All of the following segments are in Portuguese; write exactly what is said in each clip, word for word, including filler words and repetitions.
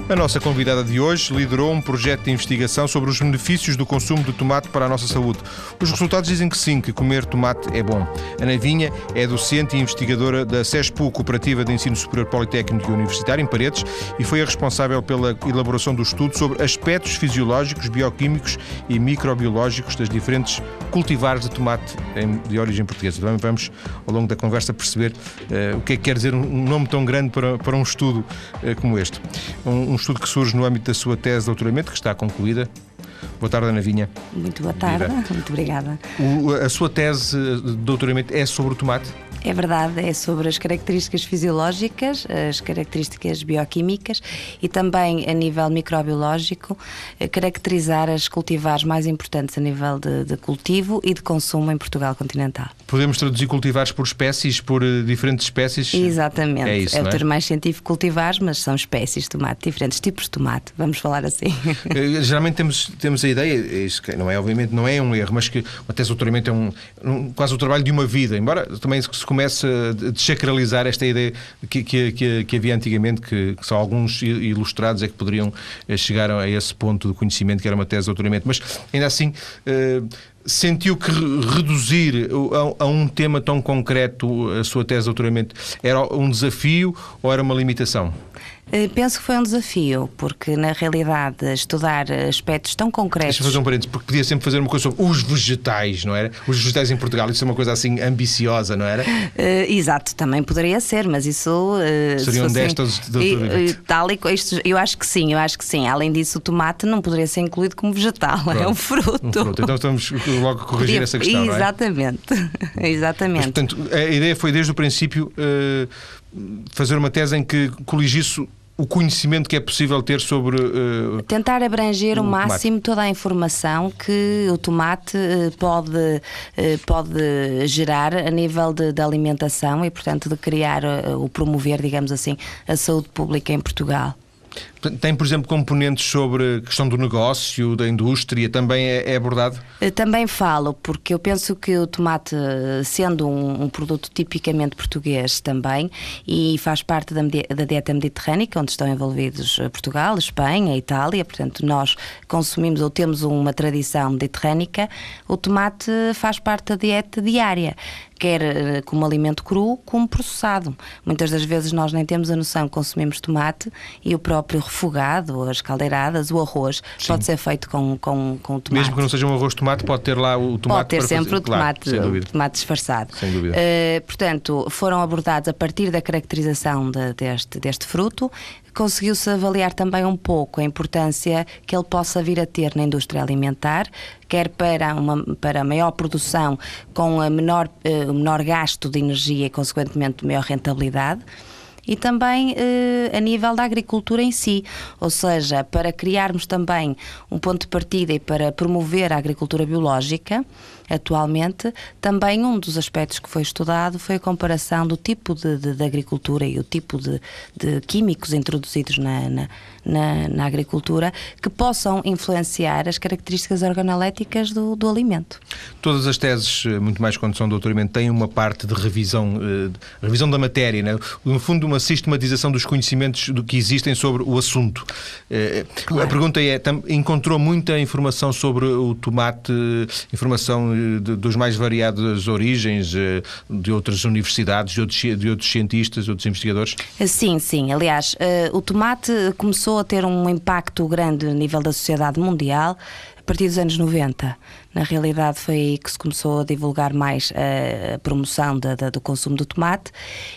A nossa convidada de hoje liderou um projeto de investigação sobre os benefícios do consumo de tomate para a nossa saúde. Os resultados dizem que sim, que comer tomate é bom. Ana Vinha é docente e investigadora da CESPU, Cooperativa de Ensino Superior Politécnico e Universitário, em Paredes, e foi a responsável pela elaboração do estudo sobre aspectos fisiológicos, bioquímicos e microbiológicos das diferentes cultivares de tomate de origem portuguesa. Também vamos, ao longo da conversa, perceber uh, o que é que quer dizer um nome tão grande para, para um estudo uh, como este. Um, um estudo que surge no âmbito da sua tese de doutoramento, que está concluída. Boa tarde, Ana Vinha. Muito boa tarde, Vira. Muito obrigada. O, a sua tese de doutoramento é sobre o tomate? É verdade, é sobre as características fisiológicas, as características bioquímicas e também a nível microbiológico, caracterizar as cultivares mais importantes a nível de, de cultivo e de consumo em Portugal continental. Podemos traduzir cultivares por espécies, por uh, diferentes espécies? Exatamente, é, isso, é não o é? termo mais científico, cultivares, mas são espécies de tomate, diferentes tipos de tomate, vamos falar assim. Geralmente temos, temos a ideia, isso não é, obviamente não é um erro, mas que a tese de doutoramento é um, um, quase o trabalho de uma vida, embora também se comece a desacralizar esta ideia que, que, que, que havia antigamente, que, que só alguns ilustrados é que poderiam chegar a esse ponto de conhecimento que era uma tese de doutoramento, mas ainda assim uh, sentiu que reduzir a, a um tema tão concreto a sua tese de doutoramento era um desafio ou era uma limitação? Penso que foi um desafio, porque na realidade estudar aspectos tão concretos... Deixa-me fazer um parênteses, porque podia sempre fazer uma coisa sobre os vegetais, não era? Os vegetais em Portugal, isso é uma coisa assim ambiciosa, não era? Uh, exato, também poderia ser, mas isso... Uh, Seriam se destas de doutoramento? Tal e isto, eu acho que sim, eu acho que sim. Além disso, o tomate não poderia ser incluído como vegetal, Pronto, é um fruto. um fruto. Então estamos logo a corrigir Podia, essa questão, exatamente, não é? Exatamente. Mas, portanto, a ideia foi desde o princípio uh, fazer uma tese em que coligisse o conhecimento que é possível ter sobre... Uh, Tentar abranger o, o máximo tomate. toda a informação que o tomate uh, pode, uh, pode gerar a nível de, de alimentação e, portanto, de criar uh, o promover, digamos assim, a saúde pública em Portugal. Tem, por exemplo, componentes sobre a questão do negócio, da indústria, também é, é abordado? Também falo, porque eu penso que o tomate, sendo um, um produto tipicamente português também, e faz parte da, da dieta mediterrânica, onde estão envolvidos Portugal, Espanha, Itália, portanto nós consumimos ou temos uma tradição mediterrânica, o tomate faz parte da dieta diária, quer como alimento cru, como processado. Muitas das vezes nós nem temos a noção que consumimos tomate e o próprio refogado, as caldeiradas, o arroz, Sim. pode ser feito com, com, com o tomate. Mesmo que não seja um arroz de tomate, pode ter lá o tomate Pode ter para sempre fazer. o tomate, claro, o tomate disfarçado. Sem dúvida. Uh, portanto, foram abordados a partir da caracterização de, deste, deste fruto. Conseguiu-se avaliar também um pouco a importância que ele possa vir a ter na indústria alimentar, quer para uma para maior produção com a menor, uh, menor gasto de energia e, consequentemente, maior rentabilidade. E também eh, a nível da agricultura em si, ou seja, para criarmos também um ponto de partida e para promover a agricultura biológica, atualmente, também um dos aspectos que foi estudado foi a comparação do tipo de, de, de agricultura e o tipo de, de químicos introduzidos na, na, na, na agricultura que possam influenciar as características organoléticas do, do alimento. Todas as teses, muito mais quando são de doutoramento, têm uma parte de revisão, de revisão da matéria, né? No fundo, uma sistematização dos conhecimentos do que existem sobre o assunto. Claro. A pergunta é, encontrou muita informação sobre o tomate, informação de, dos mais variadas origens, de outras universidades, de outros, de outros cientistas, de outros investigadores? Sim, sim. Aliás, o tomate começou a ter um impacto grande a nível da sociedade mundial a partir dos anos noventa. Na realidade foi aí que se começou a divulgar mais a promoção da, da, do consumo do tomate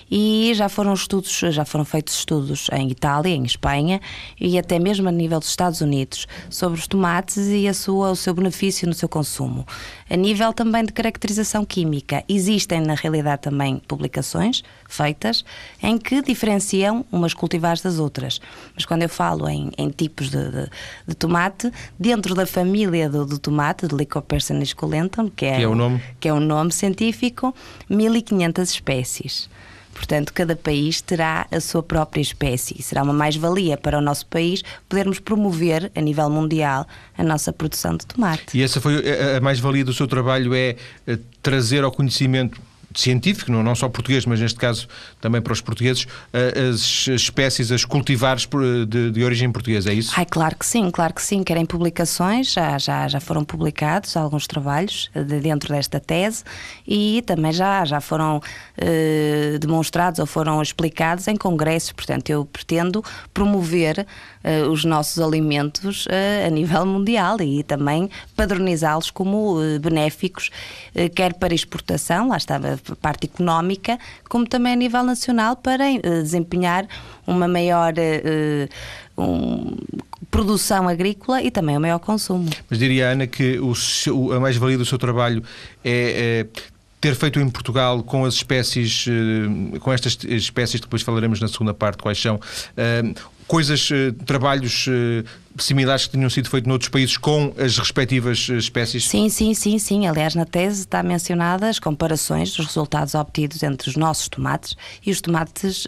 e já foram estudos, já foram feitos estudos em Itália, em Espanha e até mesmo a nível dos Estados Unidos sobre os tomates e a sua, o seu benefício no seu consumo. A nível também de caracterização química, existem na realidade também publicações feitas em que diferenciam umas cultivares das outras. Mas quando eu falo em, em tipos de, de, de tomate, dentro da família do, do tomate, de Lycoperdon esculentum, que é, que é o nome, que é o nome científico, mil e quinhentas espécies. Portanto, cada país terá a sua própria espécie e será uma mais-valia para o nosso país podermos promover a nível mundial a nossa produção de tomate. E essa foi a mais-valia do seu trabalho, é trazer ao conhecimento científico, não, não só português, mas neste caso também para os portugueses, as espécies, as cultivares de, de origem portuguesa, é isso? Ai, claro que sim, claro que sim, querem publicações, já, já, já foram publicados alguns trabalhos de dentro desta tese e também já, já foram eh, demonstrados ou foram explicados em congressos. Portanto, eu pretendo promover eh, os nossos alimentos eh, a nível mundial e também padronizá-los como eh, benéficos, eh, quer para exportação, lá está a parte económica, como também a nível nacional para eh, desempenhar uma maior eh, um, produção agrícola e também o maior consumo. Mas diria, Ana, que o seu, a mais-valia do seu trabalho é, é ter feito em Portugal com as espécies, com estas espécies que depois falaremos na segunda parte, quais são, coisas, trabalhos similares que tinham sido feitos noutros países com as respectivas espécies? Sim, sim, sim, sim. Aliás, na tese está mencionada as comparações dos resultados obtidos entre os nossos tomates e os tomates uh,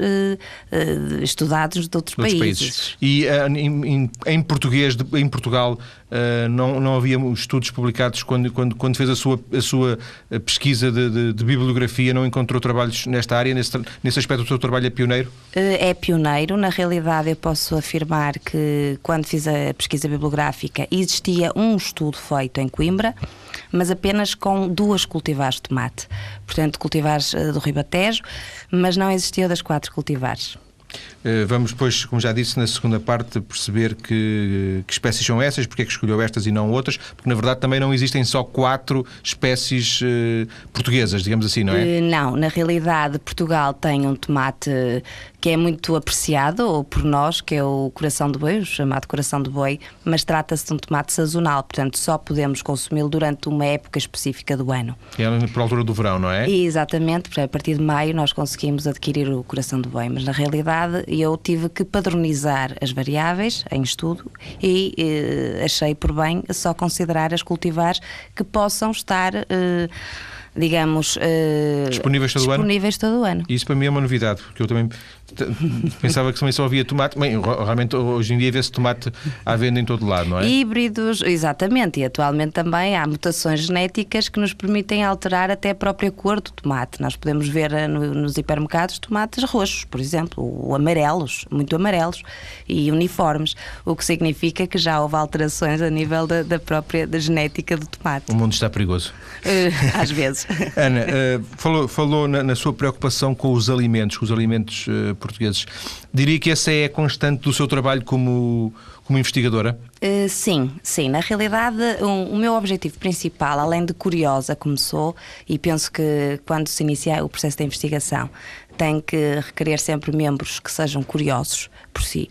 uh, estudados de outros, outros países. países. E uh, em, em português, de, em Portugal, uh, não, não havia estudos publicados quando, quando, quando fez a sua, a sua pesquisa de, de, de bibliografia, não encontrou trabalhos nesta área? Nesse, nesse aspecto o seu trabalho é pioneiro? Uh, é pioneiro. Na realidade, eu posso afirmar que quando fiz a a pesquisa bibliográfica, existia um estudo feito em Coimbra, mas apenas com duas cultivares de tomate. Portanto, cultivares do Ribatejo, mas não existia das quatro cultivares. Vamos depois, como já disse, na segunda parte, perceber que, que espécies são essas, porque é que escolheu estas e não outras, porque na verdade também não existem só quatro espécies uh, portuguesas, digamos assim, não é? Uh, não, na realidade Portugal tem um tomate que é muito apreciado por nós, que é o coração de boi, o chamado coração de boi, mas trata-se de um tomate sazonal, portanto só podemos consumi-lo durante uma época específica do ano. É por altura do verão, não é? E, exatamente, porque a partir de maio nós conseguimos adquirir o coração de boi, mas na realidade eu tive que padronizar as variáveis em estudo e eh, achei por bem só considerar as cultivares que possam estar, eh, digamos, eh, disponíveis todo disponíveis o ano? todo o ano. Isso para mim é uma novidade, porque eu também pensava que também só havia tomate. Bem, realmente hoje em dia vê-se tomate à venda em todo lado, não é? Híbridos, exatamente, e atualmente também há mutações genéticas que nos permitem alterar até a própria cor do tomate. Nós podemos ver no, nos hipermercados tomates roxos, por exemplo, ou amarelos, muito amarelos e uniformes, o que significa que já houve alterações a nível da, da própria da genética do tomate. O mundo está perigoso. Uh, às vezes. Ana, uh, falou, falou na, na sua preocupação com os alimentos, com os alimentos uh, portugueses. Diria que essa é a constante do seu trabalho como, como investigadora? Uh, sim, sim. Na realidade, um, o meu objetivo principal, além de curiosa como sou, e penso que quando se inicia o processo de investigação tem que requerer sempre membros que sejam curiosos por si.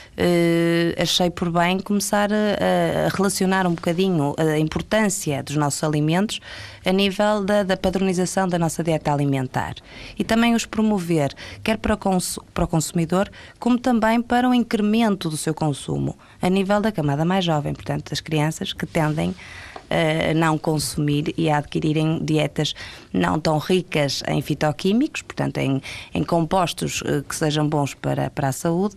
Uh, achei por bem começar a, a relacionar um bocadinho a importância dos nossos alimentos a nível da, da padronização da nossa dieta alimentar e também os promover, quer para o, cons- para o consumidor, como também para o incremento do seu consumo a nível da camada mais jovem, portanto das crianças que tendem a não consumir e a adquirirem dietas não tão ricas em fitoquímicos, portanto em, em compostos uh, que sejam bons para, para a saúde,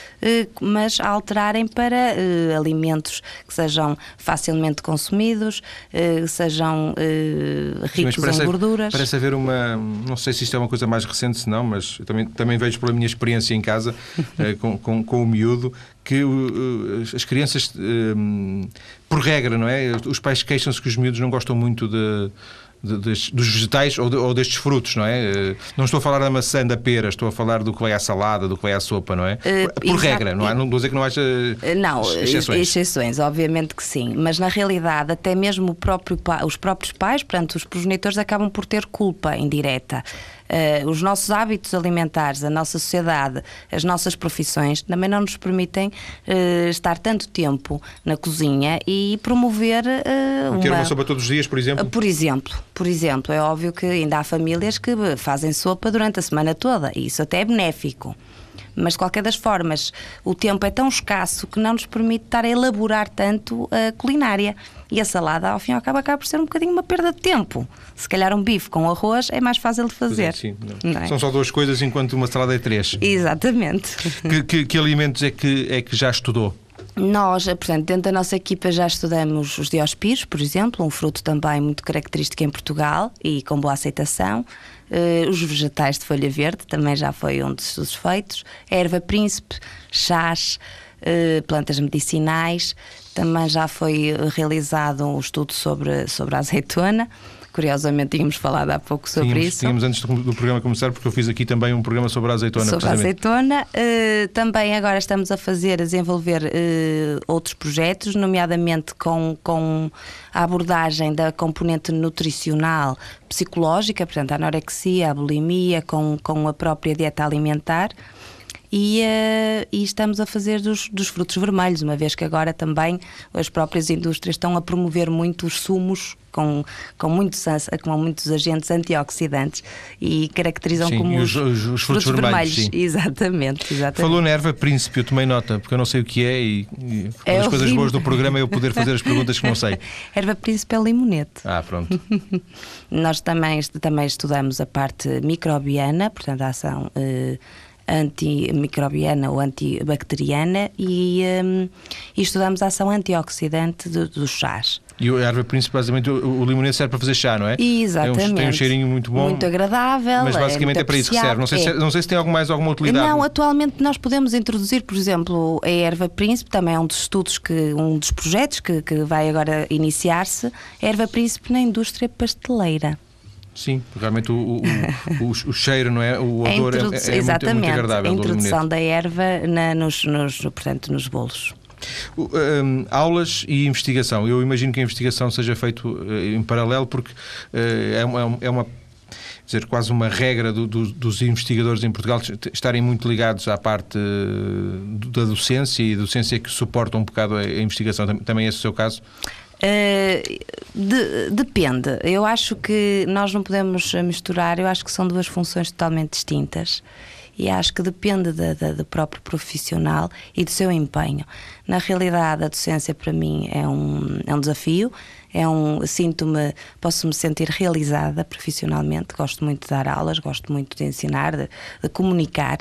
mas a alterarem para uh, alimentos que sejam facilmente consumidos, uh, sejam uh, ricos parece, em gorduras. Parece haver uma, não sei se isto é uma coisa mais recente, se não, mas eu também, também vejo pela minha experiência em casa uh, com, com, com o miúdo, que uh, as crianças, uh, por regra, não é? Os pais queixam-se que os miúdos não gostam muito de... De, de, dos vegetais ou, de, ou destes frutos, não é? Não estou a falar da maçã, da pera, estou a falar do que vai à salada, do que vai à sopa, não é? Por, por regra, não, há, não estou a dizer que não haja não, exceções. exceções, obviamente que sim, mas na realidade até mesmo o próprio, os próprios pais, portanto os progenitores acabam por ter culpa indireta. Uh, os nossos hábitos alimentares, a nossa sociedade, as nossas profissões também não nos permitem uh, estar tanto tempo na cozinha e promover uh, ter uma... uma sopa todos os dias, por exemplo? Uh, por exemplo, por exemplo, é óbvio que ainda há famílias que fazem sopa durante a semana toda e isso até é benéfico. Mas de qualquer das formas, o tempo é tão escasso que não nos permite estar a elaborar tanto a culinária. E a salada, ao fim e ao cabo, acaba por ser um bocadinho uma perda de tempo. Se calhar um bife com arroz é mais fácil de fazer. É, sim, não. Não é? São só duas coisas enquanto uma salada é três. Exatamente. Que, que, que alimentos é que, é que já estudou? Nós, portanto, dentro da nossa equipa já estudamos os diospírios, por exemplo, um fruto também muito característico em Portugal e com boa aceitação. Uh, os vegetais de folha verde também já foi um dos estudos feitos. A erva príncipe, chás, uh, plantas medicinais. Também já foi realizado um estudo sobre, sobre a azeitona. Curiosamente tínhamos falado há pouco sobre tínhamos, isso. Tínhamos antes do programa começar, porque eu fiz aqui também um programa sobre a azeitona. Sobre a azeitona. Uh, também agora estamos a fazer, a desenvolver uh, outros projetos, nomeadamente com, com a abordagem da componente nutricional psicológica, portanto a anorexia, a bulimia, com, com a própria dieta alimentar. E, uh, e estamos a fazer dos, dos frutos vermelhos, uma vez que agora também as próprias indústrias estão a promover muito os sumos com, com, muitos, com muitos agentes antioxidantes e caracterizam sim, como e os, os, os frutos, frutos vermelhos. vermelhos. Exatamente, exatamente. Falou na erva príncipe, eu tomei nota, porque eu não sei o que é e, e é uma das coisas horrível. boas do programa é eu poder fazer as perguntas que não sei. Erva príncipe é limonete. Ah, pronto. Nós também, também estudamos a parte microbiana, portanto a ação Uh, antimicrobiana ou antibacteriana e, um, e estudamos a ação antioxidante do, dos chás. E a erva príncipe, basicamente, o, o limonete serve para fazer chá, não é? Exatamente. Tem um, tem um cheirinho muito bom. Muito agradável. Mas basicamente é, é para isso que serve. Não sei, se, não sei se tem algo mais, alguma utilidade. Não, atualmente nós podemos introduzir, por exemplo, a erva príncipe, também é um dos estudos, que, um dos projetos que, que vai agora iniciar-se, a erva príncipe na indústria pasteleira. Sim, realmente o, o, o, o cheiro, não é? O odor é, é, é exatamente, muito, muito agradável. A introdução da erva na, nos, nos, portanto, nos bolos. Um, aulas e investigação. Eu imagino que a investigação seja feita uh, em paralelo, porque uh, é uma, é uma dizer, quase uma regra do, do, dos investigadores em Portugal estarem muito ligados à parte uh, da docência, e a docência que suporta um bocado a, a investigação. Também é esse o seu caso? Uh, de, depende. Eu acho que nós não podemos misturar. Eu acho que são duas funções totalmente distintas e acho que depende da, da, do próprio profissional e do seu empenho. Na realidade, a docência para mim é um, é um desafio. É um, sinto-me, posso-me sentir realizada profissionalmente. Gosto muito de dar aulas, gosto muito de ensinar, de, de comunicar.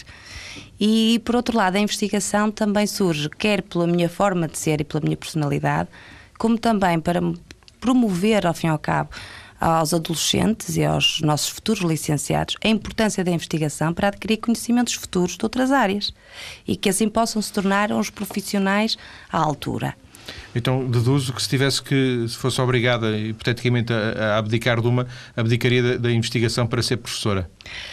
E por outro lado, a investigação também surge quer pela minha forma de ser e pela minha personalidade, como também para promover, ao fim e ao cabo, aos adolescentes e aos nossos futuros licenciados a importância da investigação para adquirir conhecimentos futuros de outras áreas e que assim possam se tornar uns profissionais à altura. Então deduzo que se tivesse que, se fosse obrigada, hipoteticamente, a, a abdicar de uma, abdicaria da, da investigação para ser professora?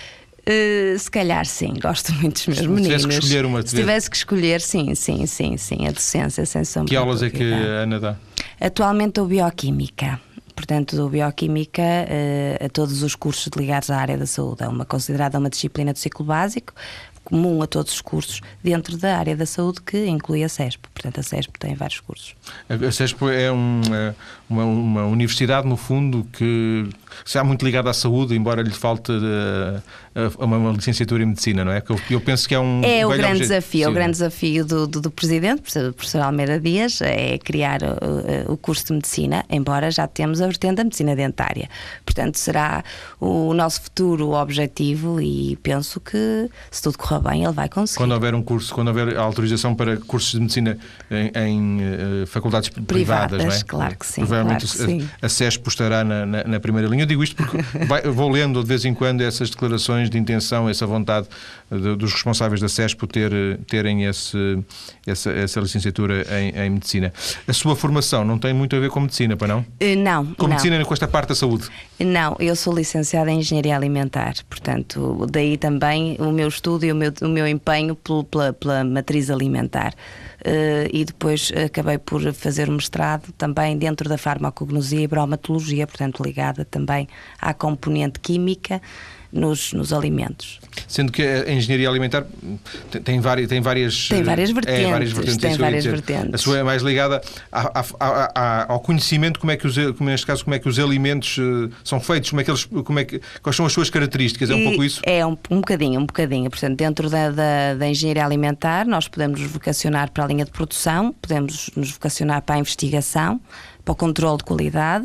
Uh, se calhar sim, gosto muito dos meus se meninos. Tivesse que escolher uma, se tivesse que escolher, sim, sim, sim, sim, a docência, sem sombra. Que aulas é que a Ana dá? Atualmente dou bioquímica. Portanto, dou bioquímica uh, a todos os cursos ligados à área da saúde. É uma considerada uma disciplina do ciclo básico, comum a todos os cursos dentro da área da saúde, que inclui a SESP. Portanto, a SESP tem vários cursos. A SESP é uma, uma, uma universidade, no fundo, que está muito ligada à saúde, embora lhe falte uh, uma, uma licenciatura em medicina, não é? Que eu, eu penso que é um É um o grande objeto. desafio, Sim, o grande desafio do, do, do Presidente, do professor Almeida Dias, é criar o, o curso de medicina, embora já temos a vertente da medicina dentária. Portanto, será o nosso futuro objetivo e penso que, se tudo correr bem, ele vai conseguir. Quando houver um curso, quando houver autorização para cursos de medicina em, em uh, faculdades privadas, privadas, não é? Claro que sim. Provavelmente claro que sim. A, a SESP estará na, na, na primeira linha. Eu digo isto porque vai, vou lendo de vez em quando essas declarações de intenção, essa vontade de, dos responsáveis da SESP ter, terem esse, essa, essa licenciatura em, em medicina. A sua formação não tem muito a ver com medicina, para não? Uh, não. Com não. medicina, com esta parte da saúde? Não, eu sou licenciada em Engenharia Alimentar, portanto, daí também o meu estudo e o meu, o meu empenho pela, pela matriz alimentar. Uh, e depois acabei por fazer o mestrado também dentro da farmacognosia e bromatologia, portanto ligada também à componente química nos, nos alimentos. Sendo que a engenharia alimentar tem, tem, várias, tem várias tem várias vertentes, é, várias vertentes, tem várias vertentes. A sua é mais ligada a, a, a, a, ao conhecimento, como é que os, como neste caso, como é que os alimentos uh, são feitos, como é que eles, como é que, quais são as suas características, é um e pouco isso? É um, um bocadinho, um bocadinho. Portanto, dentro da, da, da engenharia alimentar nós podemos nos vocacionar para a linha de produção, podemos nos vocacionar para a investigação, para o controle de qualidade.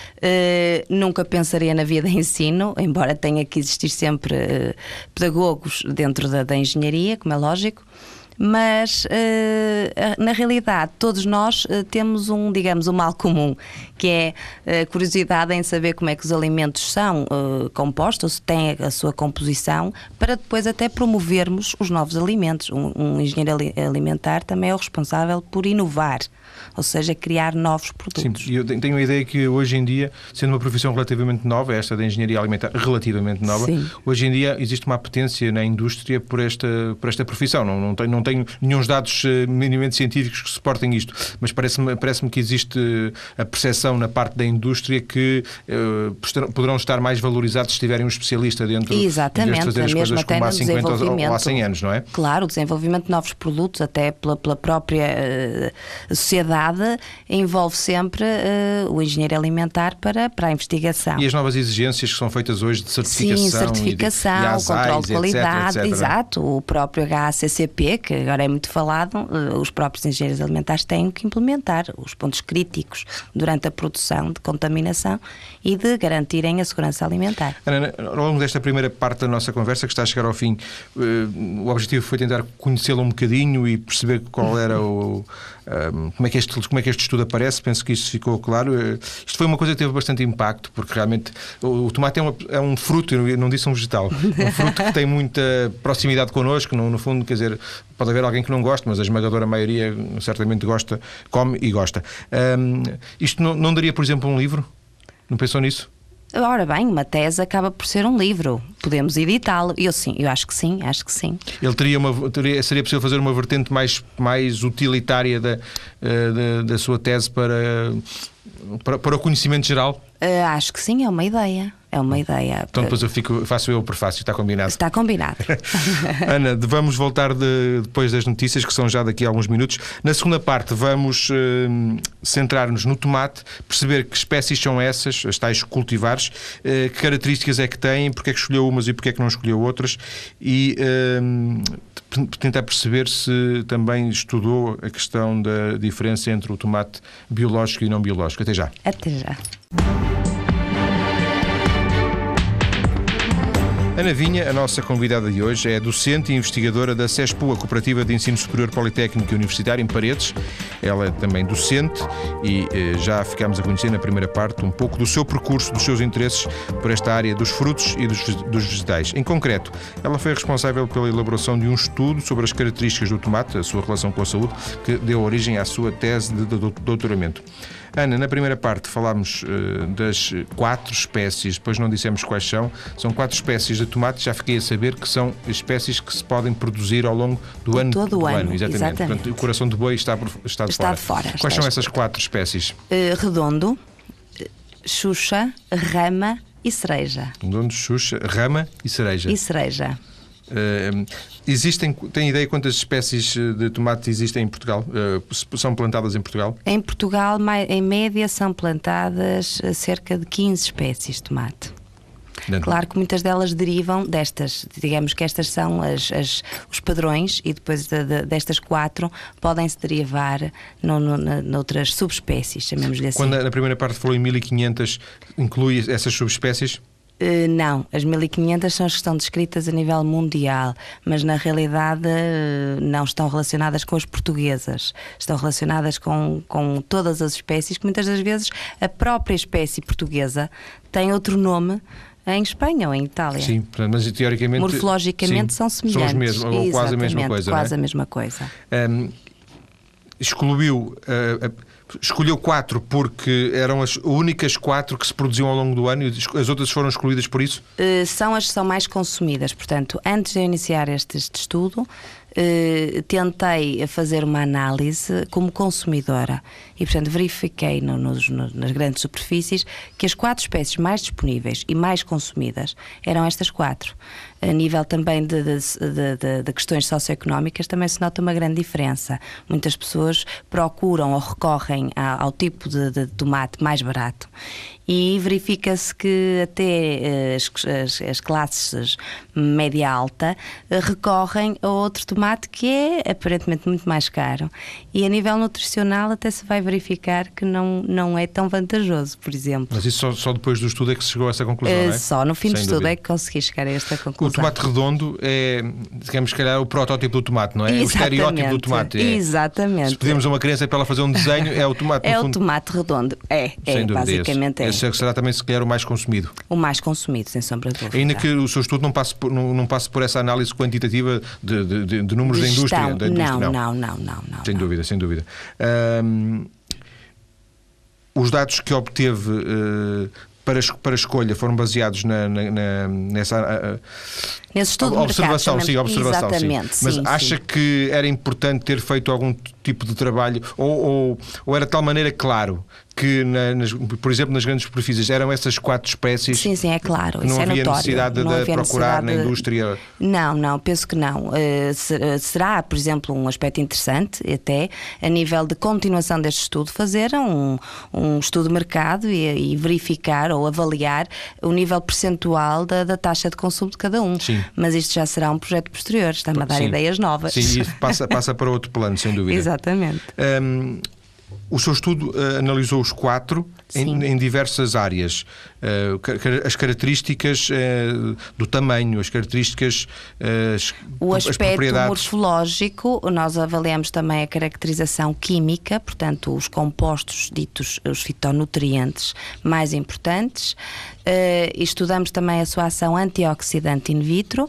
Uh, nunca pensaria na via de ensino, embora tenha que existir sempre uh, pedagogos dentro da, da engenharia, como é lógico, mas uh, na realidade todos nós uh, temos um, digamos, um mal comum, que é a curiosidade em saber como é que os alimentos são uh, compostos, se têm a sua composição, para depois até promovermos os novos alimentos. Um, um engenheiro alimentar também é o responsável por inovar, ou seja, criar novos produtos. Sim, eu tenho a ideia que hoje em dia, sendo uma profissão relativamente nova, esta da engenharia alimentar relativamente nova, Sim. hoje em dia existe uma apetência na indústria por esta, por esta profissão. Não, não, tenho, não tenho nenhum dados minimamente científicos que suportem isto, mas parece-me, parece-me que existe a percepção na parte da indústria que uh, poderão estar mais valorizados se tiverem um especialista dentro Exatamente, de fazer as coisas como há cinquenta ou há cem anos, não é? Claro, o desenvolvimento de novos produtos, até pela, pela própria uh, sociedade, envolve sempre uh, o engenheiro alimentar para, para a investigação. E as novas exigências que são feitas hoje de certificação, Sim, certificação, e de, e controle de qualidade, etcétera, etcétera. Exato, o próprio H A C C P, que agora é muito falado, uh, os próprios engenheiros alimentares têm que implementar os pontos críticos durante a produção de contaminação e de garantirem a segurança alimentar. Ana, ao longo desta primeira parte da nossa conversa, que está a chegar ao fim, uh, o objetivo foi tentar conhecê-la um bocadinho e perceber qual era o... Um, como, é que este, como é que este estudo aparece. Penso que isso ficou claro. Uh, isto foi uma coisa que teve bastante impacto, porque realmente o, o tomate é, uma, é um fruto, eu não disse um vegetal, um fruto que tem muita proximidade connosco. No, no fundo, quer dizer, pode haver alguém que não goste, mas a esmagadora maioria certamente gosta, come e gosta. Um, isto não, não daria, por exemplo, um livro? Não pensou nisso? Ora bem, uma tese acaba por ser um livro. Podemos editá-lo. Eu sim, eu acho que sim, acho que sim. Ele teria uma, teria, seria possível fazer uma vertente mais, mais utilitária da, da, da sua tese para, para, para o conhecimento geral? Uh, acho que sim, é uma ideia. É uma ideia. Então depois eu fico, faço eu o prefácio, está combinado? Está combinado. Ana, vamos voltar de, depois das notícias, que são já daqui a alguns minutos. Na segunda parte vamos uh, centrar-nos no tomate, perceber que espécies são essas, as tais cultivares, uh, que características é que têm, porque é que escolheu umas e porque é que não escolheu outras, e uh, tentar perceber se também estudou a questão da diferença entre o tomate biológico e não biológico. Até já. Até já. Ana Vinha, a nossa convidada de hoje, é docente e investigadora da SESPU, a Cooperativa de Ensino Superior Politécnico e Universitário, em Paredes. Ela é também docente e eh, já ficámos a conhecer na primeira parte um pouco do seu percurso, dos seus interesses por esta área dos frutos e dos, dos vegetais. Em concreto, ela foi responsável pela elaboração de um estudo sobre as características do tomate, a sua relação com a saúde, que deu origem à sua tese de doutoramento. Ana, na primeira parte falámos uh, das quatro espécies, depois não dissemos quais são. São quatro espécies de tomate, já fiquei a saber que são espécies que se podem produzir ao longo do ano. Todo o ano, exatamente. exatamente. Portanto, o coração de boi está, por, está de está fora. De fora. Quais são essas quatro espécies? Uh, redondo, xuxa, rama e cereja. Redondo, xuxa, rama e cereja. E cereja. Uh, existem, tem ideia quantas espécies de tomate existem em Portugal? Uh, são plantadas em Portugal? Em Portugal, em média, são plantadas cerca de quinze espécies de tomate. Dentro. Claro que muitas delas derivam destas, digamos que estas são as, as, os padrões, e depois de, de, destas quatro podem-se derivar no, no, na, noutras subespécies, chamemos-lhe assim. Quando na primeira parte falou em mil e quinhentas, inclui essas subespécies? Uh, não, as mil e quinhentas são as que estão descritas a nível mundial, mas na realidade uh, não estão relacionadas com as portuguesas, estão relacionadas com, com todas as espécies, que muitas das vezes a própria espécie portuguesa tem outro nome em Espanha ou em Itália. Sim, mas teoricamente... Morfologicamente sim, são semelhantes. São os mesmos, ou quase a mesma coisa, quase não é? a mesma coisa. Um, excluiu... Uh, uh, Escolheu quatro porque eram as únicas quatro que se produziam ao longo do ano e as outras foram escolhidas por isso? Uh, são as que são mais consumidas. Portanto, antes de eu iniciar este, este estudo, uh, tentei fazer uma análise como consumidora e, portanto, verifiquei no, nos, no, nas grandes superfícies que as quatro espécies mais disponíveis e mais consumidas eram estas quatro. A nível também de, de, de, de questões socioeconómicas também se nota uma grande diferença. Muitas pessoas procuram ou recorrem ao, ao tipo de, de tomate mais barato E verifica-se que até as, as, as classes média-alta recorrem a outro tomate que é aparentemente muito mais caro. E a nível nutricional até se vai verificar que não, não é tão vantajoso, por exemplo. Mas isso só, só depois do estudo é que se chegou a essa conclusão, uh, não é? Só no fim Sem do estudo dúvida. é que consegui chegar a esta conclusão. O tomate redondo é, digamos, se calhar, o protótipo do tomate, não é? É o estereótipo do tomate. É. Exatamente. Se pedimos a uma criança para ela fazer um desenho, é o tomate. É no o fundo. tomate redondo. É, Sem é dúvida, basicamente esse. é. Esse será também, se calhar, o mais consumido. O mais consumido, sem sombra de dúvida. Ainda que o seu estudo não passe por, não, não passe por essa análise quantitativa de, de, de, de números de da indústria. gestão. Da indústria não, não, não, não, não, não. Sem não. dúvida, sem dúvida. Hum, os dados que obteve uh, para, para escolha foram baseados na, na, na, nessa... Uh, Nesse estudo observação, de mercado, sim, observação, exatamente, sim. Mas sim, acha sim. que era importante ter feito algum tipo de trabalho ou, ou, ou era de tal maneira claro que, na, nas, por exemplo, nas grandes superfícies eram essas quatro espécies? Sim, sim, é claro. Que não isso havia é notório. necessidade de, não de havia procurar necessidade na de... indústria? Não, não, penso que não. Uh, será, por exemplo, um aspecto interessante, até a nível de continuação deste estudo, fazer um, um estudo de mercado e, e verificar ou avaliar o nível percentual da, da taxa de consumo de cada um. Sim. Mas isto já será um projeto posterior, está-me a dar Sim. ideias novas. Sim, e passa, passa para outro plano, sem dúvida. Exatamente. Um, o seu estudo uh, analisou os quatro em, em diversas áreas. Uh, as características uh, do tamanho, as características, uh, as, o as aspecto propriedades. morfológico, nós avaliamos também a caracterização química, portanto, os compostos ditos, os fitonutrientes mais importantes. Uh, estudamos também a sua ação antioxidante in vitro.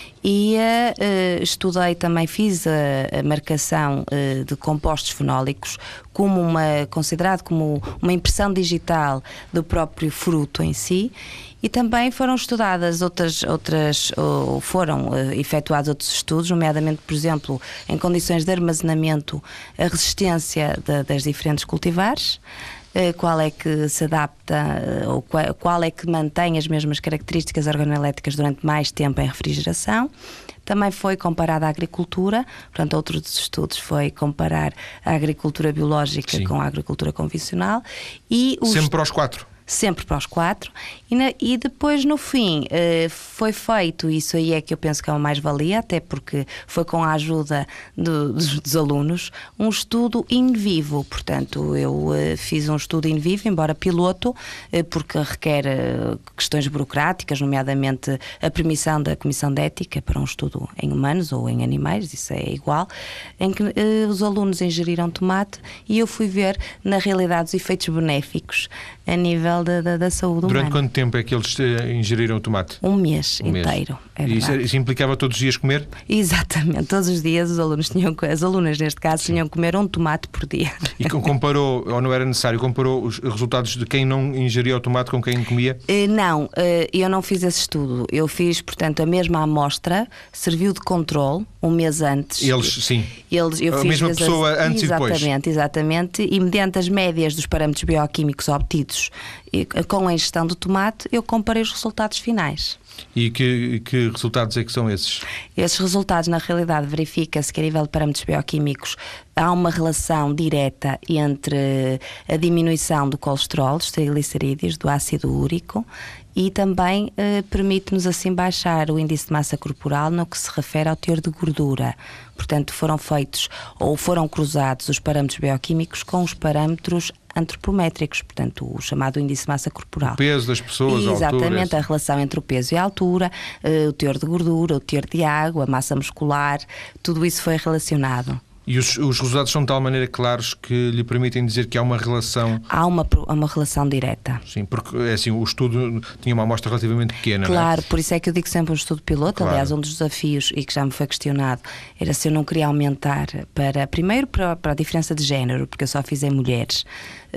E uh, estudei também, fiz a, a marcação uh, de compostos fenólicos como uma, considerado como uma impressão digital do próprio fruto em si. E também foram estudadas outras, outras ou foram uh, efetuados outros estudos, nomeadamente, por exemplo, em condições de armazenamento, a resistência de, das diferentes cultivares. Qual é que se adapta ou qual é que mantém as mesmas características organoelétricas durante mais tempo em refrigeração. Também foi comparada à agricultura, portanto, outro dos estudos foi comparar a agricultura biológica Sim. com a agricultura convencional. E os... Sempre para os quatro? Sempre para os quatro. E, na, e depois, no fim, uh, foi feito, isso aí é que eu penso que é uma mais-valia, até porque foi com a ajuda do, dos, dos alunos, um estudo in vivo. Portanto, eu uh, fiz um estudo in vivo, embora piloto, uh, porque requer uh, questões burocráticas, nomeadamente a permissão da Comissão de Ética para um estudo em humanos ou em animais, isso é igual, em que uh, os alunos ingeriram tomate e eu fui ver, na realidade, os efeitos benéficos a nível Da, da, da saúde Durante humana. quanto tempo é que eles ingeriram o tomate? Um mês um inteiro. Mês. É isso, isso implicava todos os dias comer? Exatamente, todos os dias os alunos tinham, as alunas neste caso, Sim. tinham que comer um tomate por dia. E comparou, ou não era necessário, comparou os resultados de quem não ingeria o tomate com quem comia? Não, eu não fiz esse estudo. Eu fiz, portanto, a mesma amostra, serviu de controle um mês antes. Eles, sim. Eles, eu a fiz mesma pessoa as, antes exatamente, e depois. Exatamente, exatamente. E mediante as médias dos parâmetros bioquímicos obtidos com a ingestão do tomate, eu comparei os resultados finais. E que, que resultados é que são esses? Esses resultados, na realidade, verifica-se que a nível de parâmetros bioquímicos há uma relação direta entre a diminuição do colesterol, dos triglicerídeos, do ácido úrico, e também eh, permite-nos assim baixar o índice de massa corporal no que se refere ao teor de gordura. Portanto, foram feitos ou foram cruzados os parâmetros bioquímicos com os parâmetros antropométricos, portanto, o chamado índice de massa corporal. O peso das pessoas, Exatamente, a altura. Exatamente, a relação entre o peso e a altura, eh, o teor de gordura, o teor de água, a massa muscular, tudo isso foi relacionado. E os, os resultados são de tal maneira claros que lhe permitem dizer que há uma relação... Há uma, uma relação direta. Sim, porque assim, o estudo tinha uma amostra relativamente pequena, Claro, não é? Por isso é que eu digo sempre um estudo piloto. Claro. Aliás, um dos desafios, e que já me foi questionado, era se eu não queria aumentar para, primeiro para, para a diferença de género, porque eu só fiz em mulheres,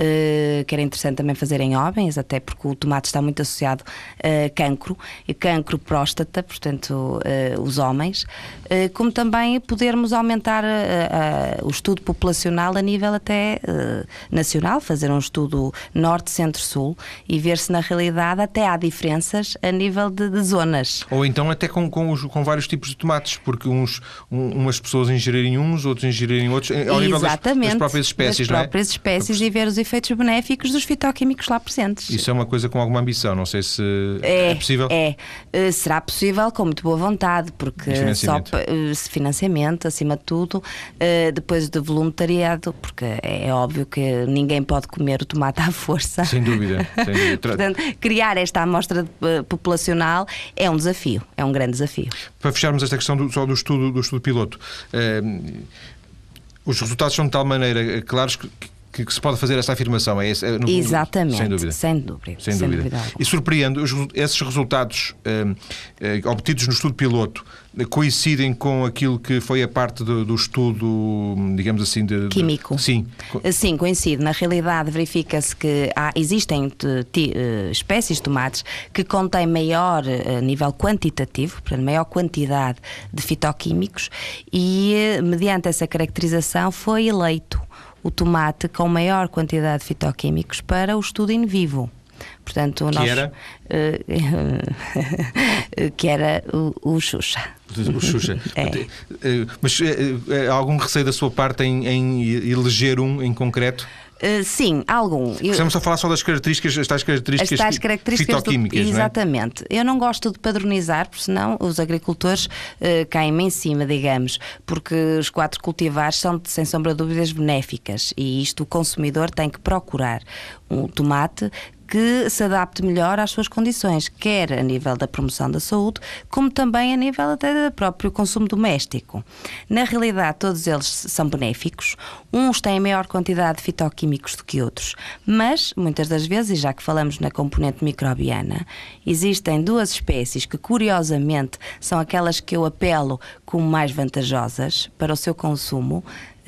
uh, que era interessante também fazer em homens, até porque o tomate está muito associado a cancro, e cancro próstata, portanto, uh, os homens, uh, como também podermos aumentar uh, Uh, o estudo populacional a nível até uh, nacional, fazer um estudo norte, centro, sul e ver se na realidade até há diferenças a nível de, de zonas. Ou então até com, com, os, com vários tipos de tomates, porque uns, um, umas pessoas ingerirem uns, outros ingerirem outros, ao nível das, das próprias espécies, das não é? próprias espécies e ver os efeitos efeitos benéficos dos fitoquímicos lá presentes. Isso é uma coisa com alguma ambição, não sei se é, é possível. É, uh, será possível com muito boa vontade, porque financiamento. só uh, financiamento, acima de tudo, uh, depois de voluntariado, porque é, é óbvio que ninguém pode comer o tomate à força. Sem dúvida. Sem dúvida. Portanto, criar esta amostra uh, populacional é um desafio, é um grande desafio. Para fecharmos esta questão do, só do estudo, do estudo piloto, uh, os resultados são de tal maneira claros que, que, que se pode fazer esta afirmação. É esse, é, no, Exatamente, sem dúvida. Sem dúvida. Sem sem dúvida. dúvida E surpreende, os, esses resultados uh, uh, obtidos no estudo piloto uh, coincidem com aquilo que foi a parte do, do estudo, digamos assim, de, químico. De, sim. Sim, coincide. Na realidade, verifica-se que há, existem t, t, espécies de tomates que contêm maior uh, nível quantitativo, portanto, maior quantidade de fitoquímicos e, uh, mediante essa caracterização, foi eleito o tomate com maior quantidade de fitoquímicos para o estudo in vivo. Portanto, que nós, era? Uh, que era o, o Xuxa. O Xuxa. É. Mas uh, algum receio da sua parte em, em eleger um em concreto? Uh, sim, algum. Eu... Estamos a falar só das características, as tais características, as tais características fitoquímicas, do... não é? Exatamente. Eu não gosto de padronizar, porque senão os agricultores uh, caem-me em cima, digamos, porque os quatro cultivares são, sem sombra de dúvidas, benéficas e isto o consumidor tem que procurar um tomate que se adapte melhor às suas condições, quer a nível da promoção da saúde, como também a nível até do próprio consumo doméstico. Na realidade, todos eles são benéficos, uns têm maior quantidade de fitoquímicos do que outros, mas, muitas das vezes, e já que falamos na componente microbiana, existem duas espécies que, curiosamente, são aquelas que eu apelo como mais vantajosas para o seu consumo,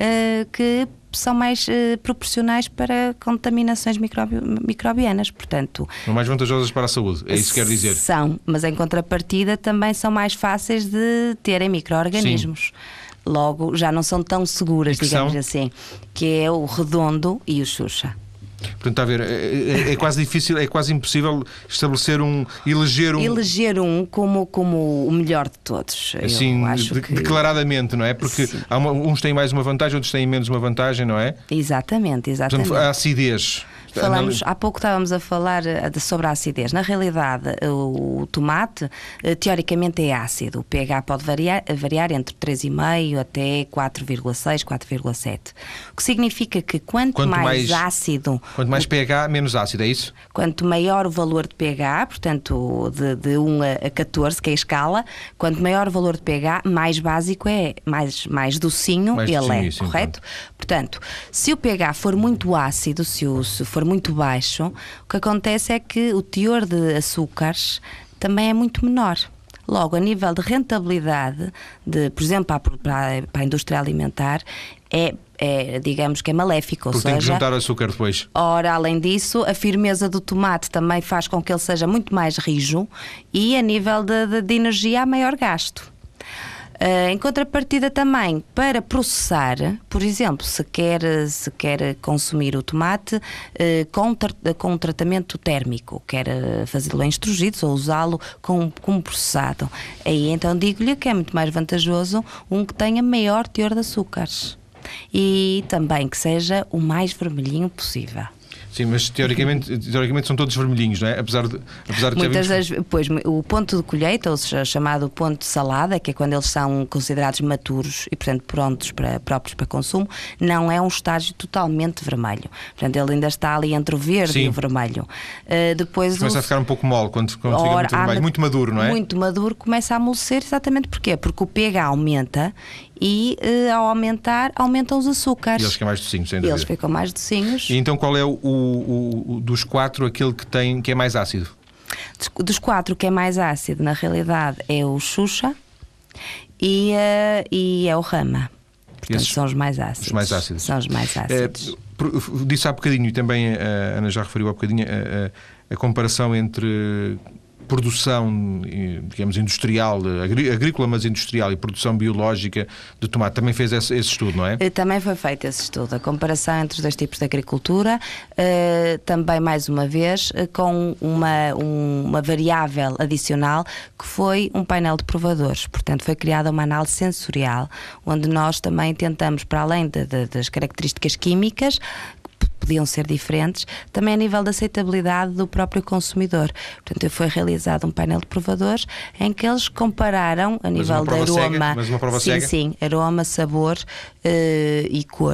que são mais uh, proporcionais para contaminações microbi microbianas, portanto... São mais vantajosas para a saúde, é isso que quer dizer? São, mas em contrapartida também são mais fáceis de terem micro-organismos. Logo, já não são tão seguras, digamos são? assim, que é o redondo e o Xuxa. Portanto, está a ver, é, é quase difícil, é quase impossível estabelecer um, eleger um... Eleger um como, como o melhor de todos. Assim, acho de, que... declaradamente, não é? Porque há uma, uns têm mais uma vantagem, outros têm menos uma vantagem, não é? Exatamente, exatamente. Portanto, a acidez... Falamos, há pouco estávamos a falar sobre a acidez. Na realidade, o tomate teoricamente é ácido. O pH pode variar, variar entre três vírgula cinco até quatro vírgula seis, quatro vírgula sete. O que significa que quanto, quanto mais, mais ácido... Quanto mais pH, menos ácido, é isso? Quanto maior o valor de pH, portanto de, de um a catorze, que é a escala, quanto maior o valor de pH, mais básico é, mais, mais docinho mais ele docinho, é, isso, correto? Então. Portanto, se o pH for muito ácido, se, o, se for muito baixo, o que acontece é que o teor de açúcares também é muito menor. Logo, a nível de rentabilidade, de, por exemplo, para, para, para a indústria alimentar, é, é, digamos que é maléfico. Porque ou seja, tem que juntar o açúcar depois. Ora, além disso, a firmeza do tomate também faz com que ele seja muito mais rijo e, a nível de, de, de energia, há maior gasto. Uh, em contrapartida também, para processar, por exemplo, se quer, se quer consumir o tomate uh, com, com um tratamento térmico, quer fazê-lo em extrugidos ou usá-lo com, com processado, aí então digo-lhe que é muito mais vantajoso um que tenha maior teor de açúcares e também que seja o mais vermelhinho possível. Sim, mas teoricamente, teoricamente são todos vermelhinhos, não é? Apesar de, apesar de Muitas vimos... das, pois, o ponto de colheita, ou seja, chamado ponto de salada, que é quando eles são considerados maturos e, portanto, prontos para, próprios para consumo, não é um estágio totalmente vermelho. Portanto, ele ainda está ali entre o verde Sim. e o vermelho. Uh, depois começa o... a ficar um pouco mole quando, quando Ora, fica muito vermelho, muito maduro, não é? Muito maduro, começa a amolecer, exatamente porquê? Porque o pH aumenta e, uh, ao aumentar, aumentam os açúcares. E eles ficam mais docinhos, sem dúvida. Eles ficam mais docinhos. E então qual é o, o, o dos quatro aquele que, tem, que é mais ácido? Dos quatro, o que é mais ácido, na realidade, é o Xuxa e, uh, e é o Rama. Portanto, Esses, são os mais ácidos. Os mais ácidos. São os mais ácidos. É, disse há bocadinho, e também a Ana já referiu há bocadinho, a, a, a comparação entre produção, digamos, industrial, agrícola, mas industrial, e produção biológica de tomate. Também fez esse, esse estudo, não é? Também foi feito esse estudo, a comparação entre os dois tipos de agricultura, uh, também, mais uma vez, uh, com uma, um, uma variável adicional, que foi um painel de provadores. Portanto, foi criada uma análise sensorial, onde nós também tentamos, para além de, de, das características químicas, podiam ser diferentes, também a nível da aceitabilidade do próprio consumidor. Portanto, foi realizado um painel de provadores em que eles compararam a mas nível de aroma, cega, mas uma prova sim, cega? sim, aroma, sabor uh, e cor.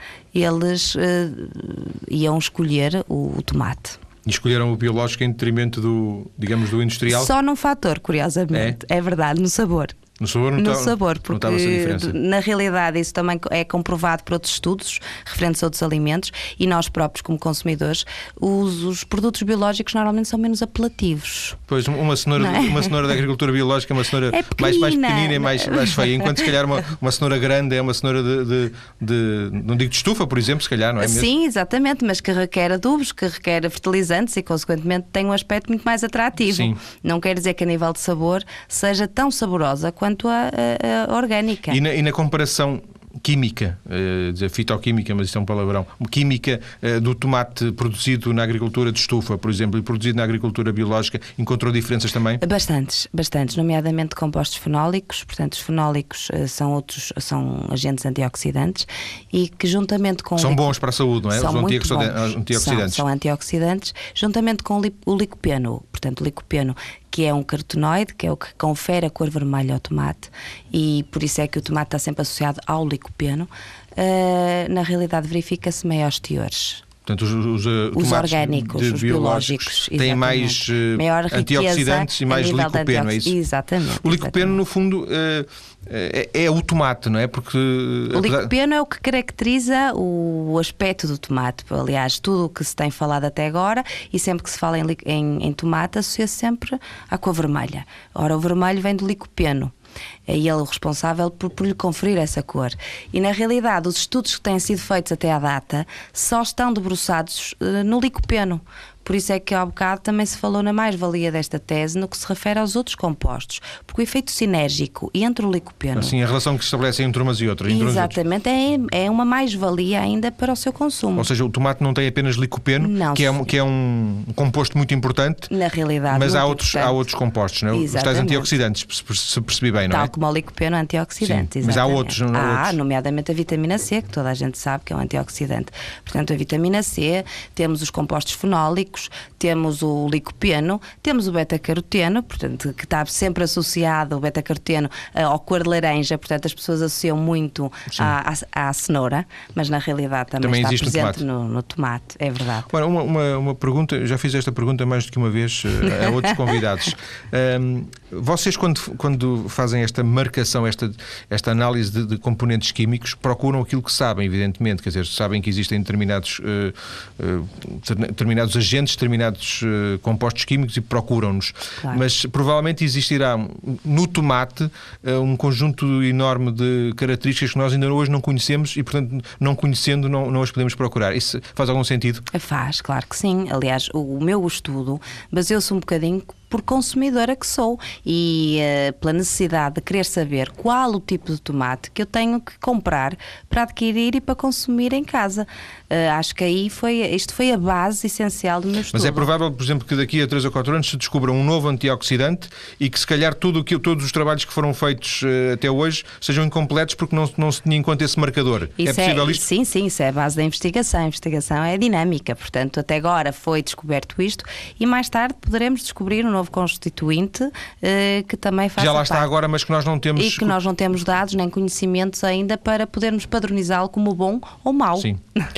Eles uh, iam escolher o, o tomate. E escolheram o biológico em detrimento do, digamos, do industrial? Só num fator, curiosamente. É, é verdade, no sabor. No sabor, não no tá, sabor, porque não essa diferença. Na realidade isso também é comprovado por outros estudos referentes a outros alimentos, e nós próprios como consumidores, os, os produtos biológicos normalmente são menos apelativos. Pois, uma cenoura, é? uma cenoura da agricultura biológica é uma cenoura é mais, mais pequenina e mais, mais feia, enquanto se calhar uma, uma cenoura grande é uma cenoura de, de, de, não digo de estufa, por exemplo, se calhar, não é mesmo? Sim, exatamente, mas que requer adubos, que requer fertilizantes e consequentemente tem um aspecto muito mais atrativo. Sim. Não quer dizer que a nível de sabor seja tão saborosa quanto a Uh, orgânica. E na, e na comparação química, uh, dizer fitoquímica, mas isto é um palavrão, química uh, do tomate produzido na agricultura de estufa, por exemplo, e produzido na agricultura biológica, encontrou diferenças também? Bastantes, bastantes, nomeadamente compostos fenólicos. Portanto, os fenólicos uh, são outros, são agentes antioxidantes e que juntamente com... São bons para a saúde, não é? São os muito antioxidantes. São, são antioxidantes, juntamente com o licopeno. Portanto, o licopeno, que é um carotenoide, que é o que confere a cor vermelha ao tomate, e por isso é que o tomate está sempre associado ao licopeno. Uh, na realidade verifica-se maiores teores. Portanto, os, os, uh, os orgânicos, de os biológicos, biológicos têm mais uh, antioxidantes e mais licopeno, é isso? Exatamente. O licopeno, no fundo, uh, é, é o tomate, não é? Porque uh, o licopeno é o que caracteriza o aspecto do tomate. Aliás, tudo o que se tem falado até agora, e sempre que se fala em, em, em tomate, associa-se sempre à cor vermelha. Ora, o vermelho vem do licopeno. É ele o responsável por, por lhe conferir essa cor. E na realidade os estudos que têm sido feitos até à data só estão debruçados uh, no licopeno. Por isso é que ao bocado também se falou na mais-valia desta tese no que se refere aos outros compostos, porque o efeito sinérgico entre o licopeno... Assim, a relação que se estabelece entre umas e outras. Entre exatamente, é, é uma mais-valia ainda para o seu consumo. Ou seja, o tomate não tem apenas licopeno, não, que, é um, que é um composto muito importante, na realidade, mas há outros, há outros compostos, não é? Os tais antioxidantes, se percebi bem, não Tal é? Tal como o licopeno é antioxidante. Sim, mas há outros, não há Há, outros. nomeadamente a vitamina C, que toda a gente sabe que é um antioxidante. Portanto, a vitamina C, temos os compostos fenólicos, temos o licopeno, temos o beta-caroteno, portanto, que está sempre associado, o beta-caroteno, ao cor de laranja, portanto as pessoas associam muito à, à, à cenoura, mas na realidade também, também está existe presente no tomate. No, no tomate, é verdade. Agora, uma, uma, uma pergunta, já fiz esta pergunta mais do que uma vez uh, a outros convidados. Um, vocês, quando, quando fazem esta marcação, esta, esta análise de, de componentes químicos, procuram aquilo que sabem, evidentemente, quer dizer, sabem que existem determinados, uh, uh, determinados agentes, determinados uh, compostos químicos e procuram-nos. Claro. Mas provavelmente existirá no tomate uh, um conjunto enorme de características que nós ainda hoje não conhecemos e, portanto, não conhecendo, não, não as podemos procurar. Isso faz algum sentido? Faz, claro que sim. Aliás, o, o meu estudo baseou-se um bocadinho por consumidora que sou e uh, pela necessidade de querer saber qual o tipo de tomate que eu tenho que comprar para adquirir e para consumir em casa. Uh, acho que aí foi, isto foi a base essencial do meu estudo. Mas é provável, por exemplo, que daqui a três ou quatro anos se descubra um novo antioxidante e que se calhar tudo que, todos os trabalhos que foram feitos uh, até hoje sejam incompletos porque não, não se tinha em conta esse marcador. Isso é possível é, isto? Sim, sim, isso é a base da investigação. A investigação é dinâmica, portanto, até agora foi descoberto isto e mais tarde poderemos descobrir um novo constituinte uh, que também faz já lá está agora, mas que nós não temos... E que nós não temos dados nem conhecimentos ainda para podermos padronizá-lo como bom ou mau. Sim.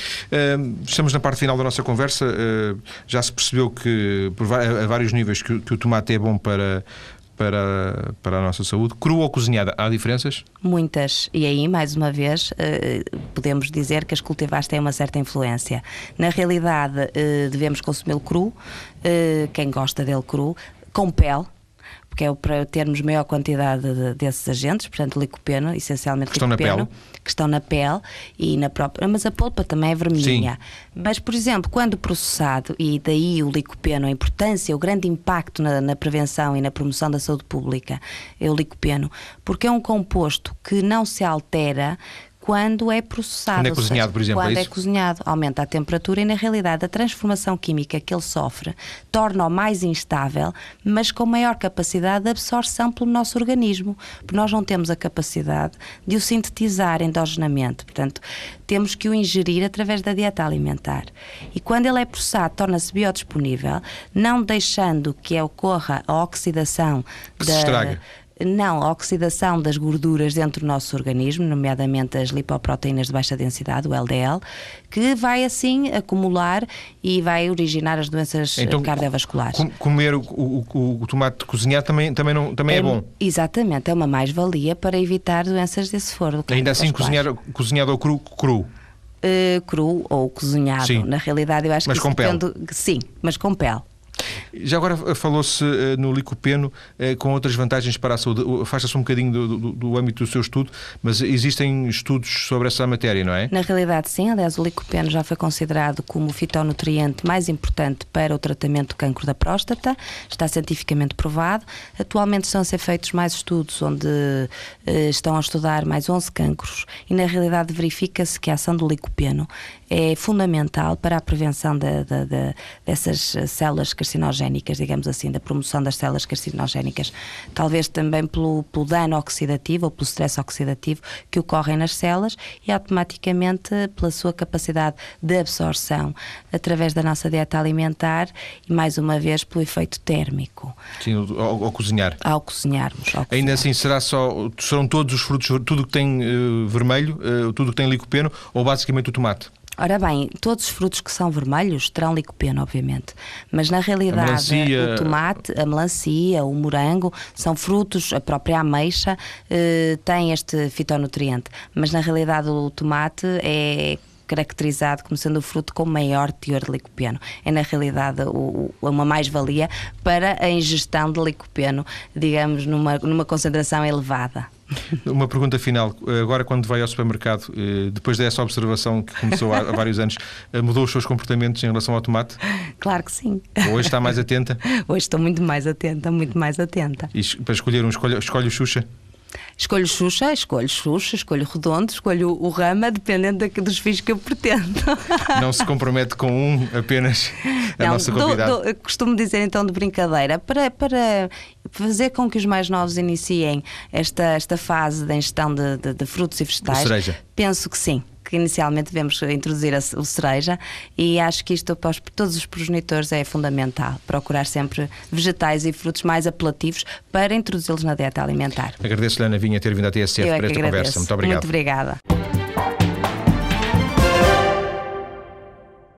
Uh, estamos na parte final da nossa conversa. Uh, já se percebeu que por, a vários níveis que, que o tomate é bom para... Para, para a nossa saúde. Cru ou cozinhada, há diferenças? Muitas. E aí, mais uma vez, podemos dizer que as cultivares têm uma certa influência. Na realidade, devemos consumi-lo cru, quem gosta dele cru, com pele, porque é para termos maior quantidade de, desses agentes, portanto licopeno, essencialmente que estão licopeno, na pele. que estão na pele e na própria, mas a polpa também é vermelhinha. Sim. Mas, por exemplo, quando processado, e daí o licopeno, a importância, o grande impacto na, na prevenção e na promoção da saúde pública, é o licopeno, porque é um composto que não se altera quando é processado. Quando é ou cozinhado, seja, por exemplo, quando é é isso? cozinhado, aumenta a temperatura e, na realidade, a transformação química que ele sofre torna-o mais instável, mas com maior capacidade de absorção pelo nosso organismo, porque nós não temos a capacidade de o sintetizar endogenamente. Portanto, temos que o ingerir através da dieta alimentar. E quando ele é processado, torna-se biodisponível, não deixando que ocorra a oxidação Que da... se estraga. Não, a oxidação das gorduras dentro do nosso organismo, nomeadamente as lipoproteínas de baixa densidade, o L D L, que vai assim acumular e vai originar as doenças então, cardiovasculares. Com, comer o, o, o tomate cozinhado também, também, não, também é, é bom? Exatamente, é uma mais-valia para evitar doenças desse foro. Ainda assim, cozinhar, cozinhado ou cru? cru. Uh, cru ou cozinhado. Sim. Na realidade, eu acho mas que com isso pele. depende... Sim, mas com pele. Já agora falou-se uh, no licopeno uh, com outras vantagens para a saúde. Afasta-se um bocadinho do, do, do âmbito do seu estudo, mas existem estudos sobre essa matéria, não é? Na realidade, sim. Aliás, o licopeno já foi considerado como o fitonutriente mais importante para o tratamento do cancro da próstata. Está cientificamente provado. Atualmente estão a ser feitos mais estudos onde uh, estão a estudar mais onze cancros e, na realidade, verifica-se que a ação do licopeno é fundamental para a prevenção de, de, de, dessas células carcinogénicas, digamos assim, da promoção das células carcinogénicas, talvez também pelo, pelo dano oxidativo ou pelo stress oxidativo que ocorre nas células e automaticamente pela sua capacidade de absorção através da nossa dieta alimentar e, mais uma vez, pelo efeito térmico. Sim, ao, ao cozinhar. Ao cozinharmos. Ao cozinhar. Ainda assim, será só, serão todos os frutos, tudo que tem uh, vermelho, uh, tudo que tem licopeno, ou basicamente o tomate? Ora bem, todos os frutos que são vermelhos terão licopeno, obviamente, mas na realidade melancia... o tomate, a melancia, o morango são frutos, a própria ameixa eh, tem este fitonutriente, mas na realidade o tomate é caracterizado como sendo o fruto com maior teor de licopeno. É na realidade o, uma mais-valia para a ingestão de licopeno, digamos, numa, numa concentração elevada. Uma pergunta final. Agora, quando vai ao supermercado, depois dessa observação que começou há vários anos, mudou os seus comportamentos em relação ao tomate? Claro que sim. Hoje está mais atenta? Hoje estou muito mais atenta, muito mais atenta. E para escolher um, escolhe, escolhe o Xuxa? Escolho Xuxa, escolho Xuxa, escolho Redondo, escolho o Rama, dependendo da, dos fins que eu pretendo. Não se compromete com um apenas, a Não, nossa convidada? Do, do, costumo dizer então de brincadeira, para, para fazer com que os mais novos iniciem esta, esta fase de ingestão de, de, de frutos e vegetais, cereja. Penso que sim. Que inicialmente devemos introduzir o cereja e acho que isto para os, todos os progenitores é fundamental, procurar sempre vegetais e frutos mais apelativos para introduzi-los na dieta alimentar. Agradeço-lhe, Ana Vinha, ter vindo à T S F Eu é para esta agradeço. conversa. Muito obrigado. Muito obrigada.